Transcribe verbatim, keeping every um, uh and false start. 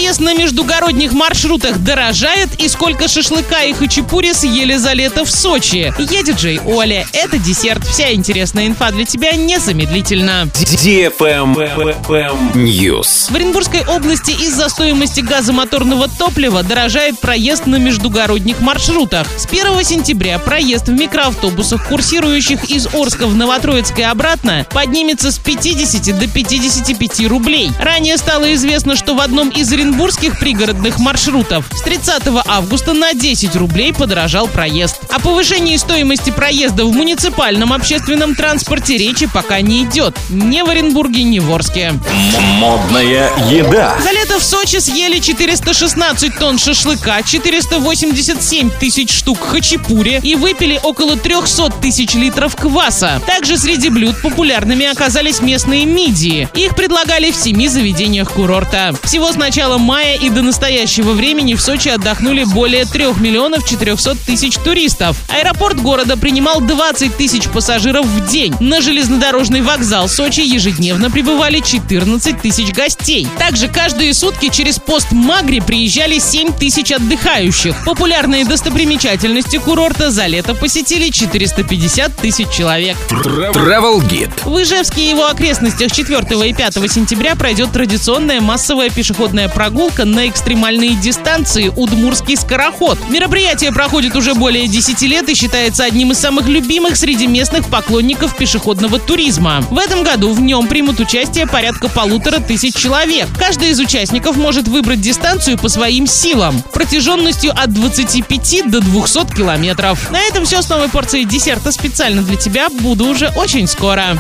Проезд на междугородних маршрутах дорожает, и сколько шашлыка и хачапури съели за лето в Сочи. Я диджей Оля. Это десерт. Вся интересная инфа для тебя незамедлительно. News. В Оренбургской области из-за стоимости газомоторного топлива дорожает проезд на междугородних маршрутах. С первого сентября проезд в микроавтобусах, курсирующих из Орска в Новотроицк и обратно, поднимется с пятидесяти до пятидесяти пяти рублей. Ранее стало известно, что в одном из оренбургских пригородных маршрутов с тридцатого августа на десять рублей подорожал проезд. О повышении стоимости проезда в муниципальном общественном транспорте речи пока не идет. Ни в Оренбурге, ни в Орске. Модная еда. За лето в Сочи съели четыреста шестнадцать тонн шашлыка, четыреста восемьдесят семь тысяч штук хачапури и выпили около триста тысяч литров кваса. Также среди блюд популярными оказались местные мидии. Их предлагали в семи заведениях курорта. Всего с начала мая и до настоящего времени в Сочи отдохнули более трех миллионов четырехсот тысяч туристов. Аэропорт города принимал двадцать тысяч пассажиров в день. На железнодорожный вокзал Сочи ежедневно прибывали четырнадцать тысяч гостей. Также каждые сутки через пост Магри приезжали семь тысяч отдыхающих. Популярные достопримечательности курорта за лето посетили четыреста пятьдесят тысяч человек. Travel Guide. В Ижевске и его окрестностях четвёртого и пятого сентября пройдет традиционная массовая пешеходная прогулка на экстремальные дистанции «Удмуртский скороход». Мероприятие проходит уже более десяти лет и считается одним из самых любимых среди местных поклонников пешеходного туризма. В этом году в нем примут участие порядка полутора тысяч человек. Каждый из участников может выбрать дистанцию по своим силам, протяженностью от двадцати пяти до двухсот километров. На этом все с новой порцией десерта специально для тебя. Буду уже очень скоро.